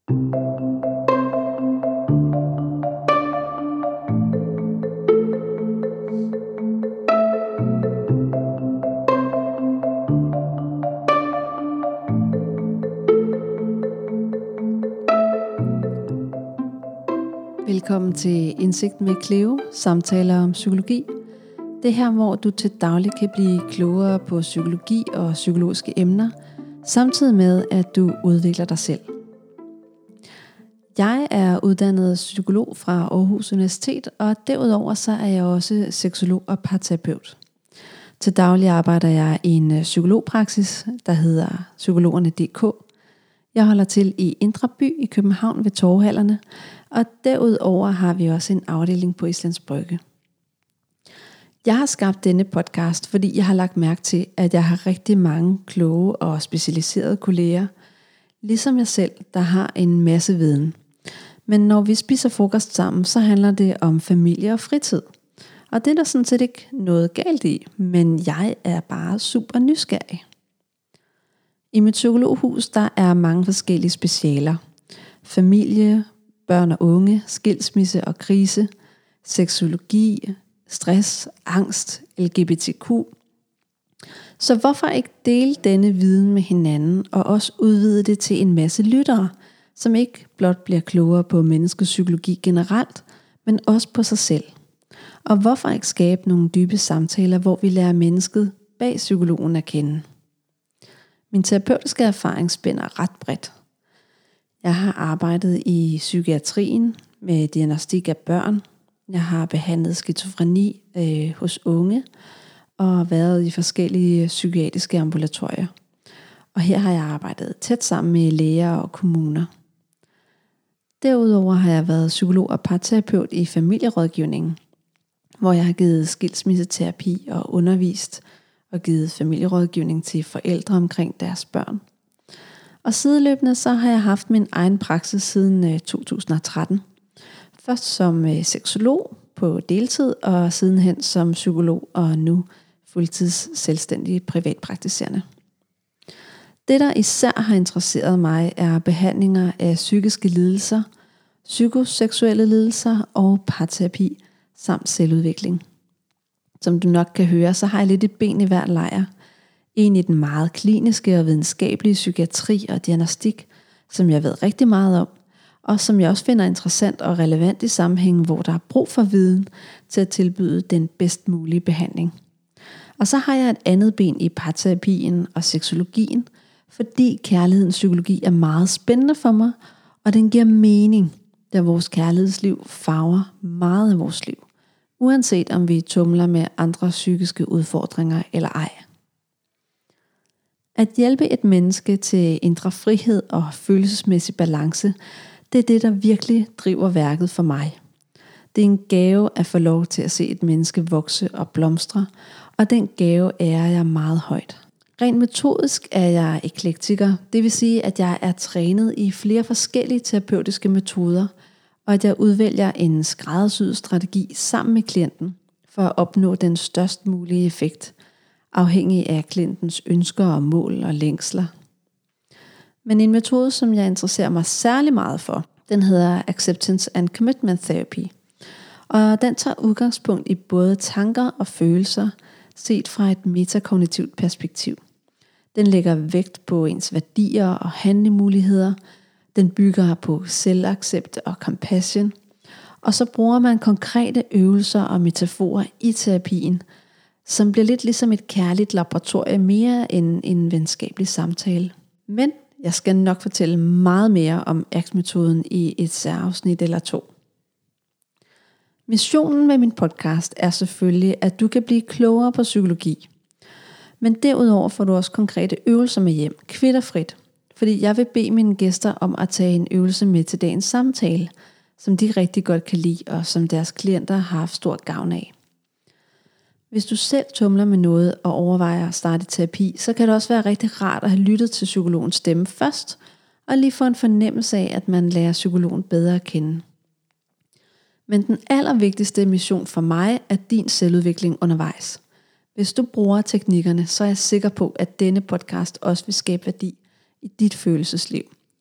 Velkommen til Indsigt med Cleo, samtaler om psykologi. Det her, hvor du til daglig kan blive klogere på psykologi og psykologiske emner, samtidig med, at du udvikler dig selv. Jeg er uddannet psykolog fra Aarhus Universitet, og derudover så er jeg også seksolog og parterapeut. Til daglig arbejder jeg i en psykologpraksis, der hedder Psykologerne.dk. Jeg holder til i Indre By i København ved Torvehallerne, og derudover har vi også en afdeling på Islands Brygge. Jeg har skabt denne podcast, fordi jeg har lagt mærke til, at jeg har rigtig mange kloge og specialiserede kolleger, ligesom jeg selv, der har en masse viden. Men når vi spiser frokost sammen, så handler det om familie og fritid. Og det er der sådan set ikke noget galt i, men jeg er bare super nysgerrig. I mit psykologhus, der er mange forskellige specialer. Familie, børn og unge, skilsmisse og krise, seksologi, stress, angst, LGBTQ. Så hvorfor ikke dele denne viden med hinanden og også udvide det til en masse lyttere, som ikke blot bliver klogere på menneskepsykologi generelt, men også på sig selv. Og hvorfor ikke skabe nogle dybe samtaler, hvor vi lærer mennesket bag psykologen at kende. Min terapeutiske erfaring spænder ret bredt. Jeg har arbejdet i psykiatrien med diagnostik af børn. Jeg har behandlet skizofreni hos unge og været i forskellige psykiatriske ambulatorier. Og her har jeg arbejdet tæt sammen med læger og kommuner. Derudover har jeg været psykolog og parterapeut i familierådgivningen, hvor jeg har givet skilsmisseterapi og undervist og givet familierådgivning til forældre omkring deres børn. Og sideløbende så har jeg haft min egen praksis siden 2013. Først som seksolog på deltid og sidenhen som psykolog og nu fuldtids selvstændig privatpraktiserende. Det der især har interesseret mig er behandlinger af psykiske lidelser, psykoseksuelle lidelser og parterapi samt selvudvikling. Som du nok kan høre, så har jeg lidt et ben i hver lejr. En i den meget kliniske og videnskabelige psykiatri og diagnostik, som jeg ved rigtig meget om, og som jeg også finder interessant og relevant i sammenhænge, hvor der er brug for viden til at tilbyde den bedst mulige behandling. Og så har jeg et andet ben i parterapien og seksologien, fordi kærlighedens psykologi er meget spændende for mig, og den giver mening, da vores kærlighedsliv farver meget af vores liv, uanset om vi tumler med andre psykiske udfordringer eller ej. At hjælpe et menneske til indre frihed og følelsesmæssig balance, det er det, der virkelig driver værket for mig. Det er en gave at få lov til at se et menneske vokse og blomstre, og den gave ærer jeg meget højt. Rent metodisk er jeg eklektiker, det vil sige, at jeg er trænet i flere forskellige terapeutiske metoder, og at jeg udvælger en skræddersyet strategi sammen med klienten for at opnå den størst mulige effekt, afhængig af klientens ønsker og mål og længsler. Men en metode, som jeg interesserer mig særlig meget for, den hedder Acceptance and Commitment Therapy. Og den tager udgangspunkt i både tanker og følelser, set fra et metakognitivt perspektiv. Den lægger vægt på ens værdier og handlemuligheder. Den bygger på selvaccept og compassion. Og så bruger man konkrete øvelser og metaforer i terapien, som bliver lidt ligesom et kærligt laboratorium mere end en venskabelig samtale. Men jeg skal nok fortælle meget mere om ACT-metoden i et særafsnit eller 2. Missionen med min podcast er selvfølgelig, at du kan blive klogere på psykologi. Men derudover får du også konkrete øvelser med hjem, kvitterfrit. Fordi jeg vil bede mine gæster om at tage en øvelse med til dagens samtale, som de rigtig godt kan lide, og som deres klienter har haft stor gavn af. Hvis du selv tumler med noget og overvejer at starte terapi, så kan det også være rigtig rart at have lyttet til psykologens stemme først, og lige få en fornemmelse af, at man lærer psykologen bedre at kende. Men den allervigtigste mission for mig er din selvudvikling undervejs. Hvis du bruger teknikkerne, så er jeg sikker på, at denne podcast også vil skabe værdi i dit følelsesliv.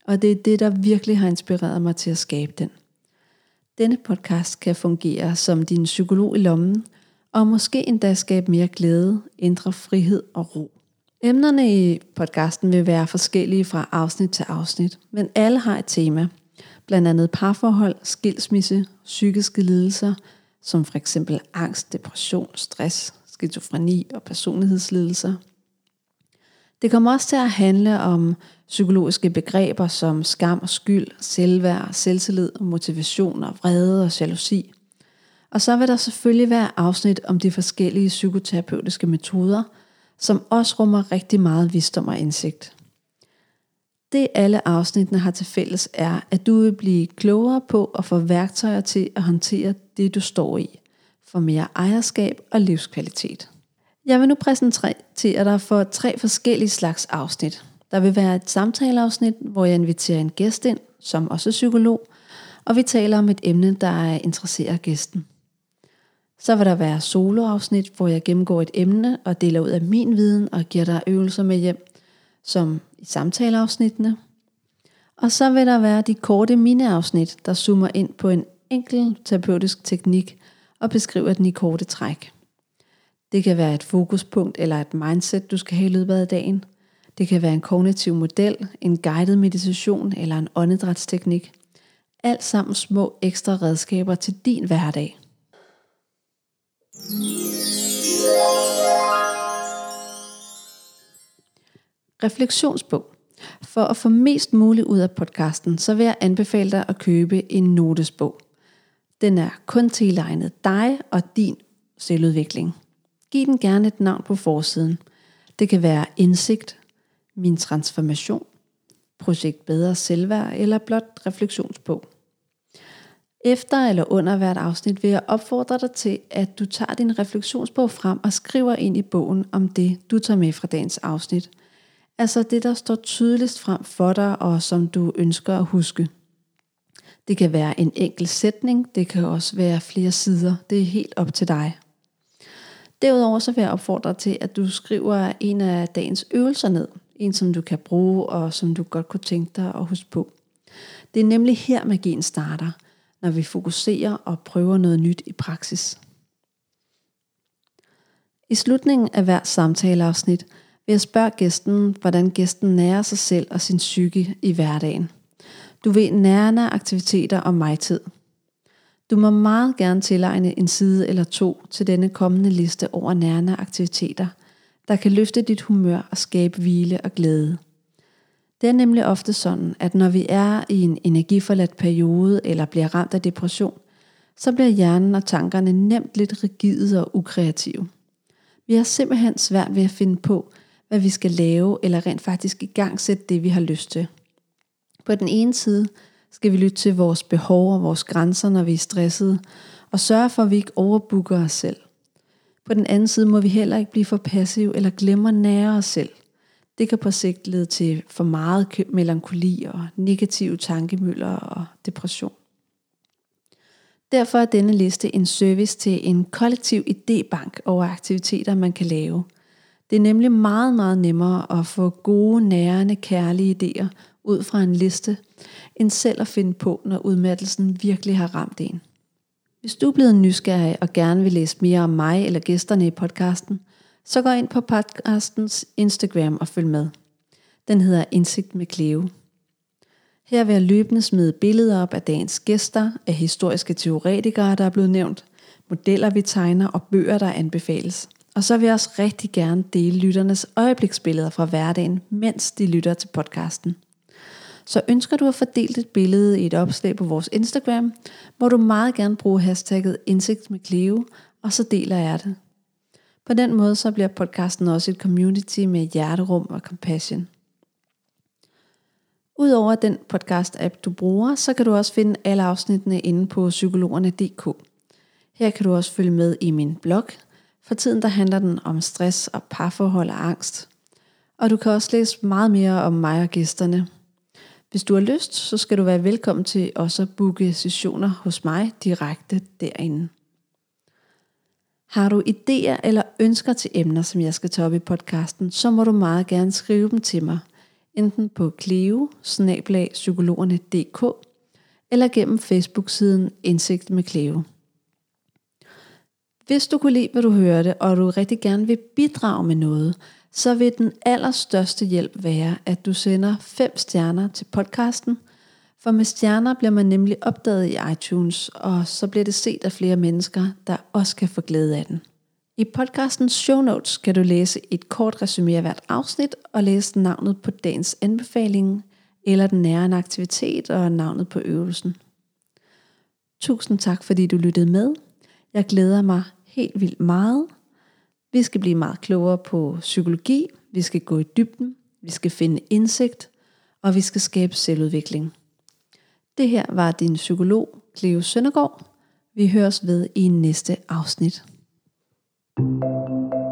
Og det er det, der virkelig har inspireret mig til at skabe den. Denne podcast kan fungere som din psykolog i lommen, og måske endda skabe mere glæde, indre frihed og ro. Emnerne i podcasten vil være forskellige fra afsnit til afsnit, men alle har et tema. Blandt andet parforhold, skilsmisse, psykiske lidelser, som for eksempel angst, depression, stress, skizofreni og personlighedslidelser. Det kommer også til at handle om psykologiske begreber som skam og skyld, selvværd, selvtillid, motivation og vrede og jalousi. Og så vil der selvfølgelig være afsnit om de forskellige psykoterapeutiske metoder, som også rummer rigtig meget visdom og indsigt. Det alle afsnittene har til fælles er, at du vil blive klogere på at få værktøjer til at håndtere det, du står i, for mere ejerskab og livskvalitet. Jeg vil nu præsentere dig for 3 forskellige slags afsnit. Der vil være et samtaleafsnit, hvor jeg inviterer en gæst ind, som også er psykolog, og vi taler om et emne, der interesserer gæsten. Så vil der være soloafsnit, hvor jeg gennemgår et emne og deler ud af min viden og giver dig øvelser med hjem, som i samtaleafsnittene. Og så vil der være de korte miniafsnit, der zoomer ind på en enkel terapeutisk teknik og beskriver den i korte træk. Det kan være et fokuspunkt eller et mindset, du skal have i løbet af dagen. Det kan være en kognitiv model, en guided meditation eller en åndedrætsteknik. Alt sammen små ekstra redskaber til din hverdag. Refleksionsbog. For at få mest muligt ud af podcasten, så vil jeg anbefale dig at købe en notesbog. Den er kun tilegnet dig og din selvudvikling. Giv den gerne et navn på forsiden. Det kan være Indsigt, Min Transformation, Projekt Bedre Selvværd eller blot Refleksionsbog. Efter eller under hvert afsnit vil jeg opfordre dig til, at du tager din refleksionsbog frem og skriver ind i bogen om det, du tager med fra dagens afsnit. Altså det, der står tydeligst frem for dig og som du ønsker at huske. Det kan være en enkelt sætning, det kan også være flere sider. Det er helt op til dig. Derudover så vil jeg opfordre dig til, at du skriver en af dagens øvelser ned. En, som du kan bruge og som du godt kunne tænke dig at huske på. Det er nemlig her magien starter, når vi fokuserer og prøver noget nyt i praksis. I slutningen af hvert samtaleafsnit vil jeg spørge gæsten, hvordan gæsten nærer sig selv og sin psyke i hverdagen. Du vil nærende aktiviteter og mig-tid. Du må meget gerne tilegne en side eller 2 til denne kommende liste over nærende aktiviteter, der kan løfte dit humør og skabe hvile og glæde. Det er nemlig ofte sådan, at når vi er i en energiforladt periode eller bliver ramt af depression, så bliver hjernen og tankerne nemt lidt rigide og ukreative. Vi har simpelthen svært ved at finde på, hvad vi skal lave eller rent faktisk igangsætte det, vi har lyst til. På den ene side skal vi lytte til vores behov og vores grænser, når vi er stressede, og sørge for, at vi ikke overbooker os selv. På den anden side må vi heller ikke blive for passive eller glemme at nære os selv. Det kan på sigt lede til for meget melankoli og negative tankemøller og depression. Derfor er denne liste en service til en kollektiv idébank over aktiviteter, man kan lave. Det er nemlig meget, meget nemmere at få gode, nærende, kærlige idéer ud fra en liste, end selv at finde på, når udmattelsen virkelig har ramt en. Hvis du er blevet nysgerrig og gerne vil læse mere om mig eller gæsterne i podcasten, så gå ind på podcastens Instagram og følg med. Den hedder Indsigt med Cleo. Her vil jeg løbende smide billeder op af dagens gæster, af historiske teoretikere, der er blevet nævnt, modeller vi tegner og bøger, der anbefales. Og så vil jeg også rigtig gerne dele lytternes øjebliksbilleder fra hverdagen, mens de lytter til podcasten. Så ønsker du at fordele et billede i et opslag på vores Instagram, må du meget gerne bruge hashtagget Indsigt med Cleo, og så deler jeg det. På den måde så bliver podcasten også et community med hjerterum og compassion. Udover den podcast-app du bruger, så kan du også finde alle afsnittene inde på psykologerne.dk. Her kan du også følge med i min blog. For tiden der handler den om stress og parforhold og angst. Og du kan også læse meget mere om mig og gæsterne. Hvis du har lyst, så skal du være velkommen til også at booke sessioner hos mig direkte derinde. Har du idéer eller ønsker til emner, som jeg skal tage op i podcasten, så må du meget gerne skrive dem til mig. enten på cleo@psykologerne.dk eller gennem Facebook-siden Indsigt med Cleo. Hvis du kunne lide, hvad du hørte, og du rigtig gerne vil bidrage med noget, så vil den allerstørste hjælp være, at du sender 5 stjerner til podcasten, for med stjerner bliver man nemlig opdaget i iTunes, og så bliver det set af flere mennesker, der også kan få glæde af den. I podcastens show notes kan du læse et kort resumé af hvert afsnit, og læse navnet på dagens anbefaling, eller den nærende aktivitet og navnet på øvelsen. Tusind tak, fordi du lyttede med. Jeg glæder mig helt vildt meget. Vi skal blive meget klogere på psykologi, vi skal gå i dybden, vi skal finde indsigt, og vi skal skabe selvudvikling. Det her var din psykolog, Cleo Søndergaard. Vi høres ved i næste afsnit.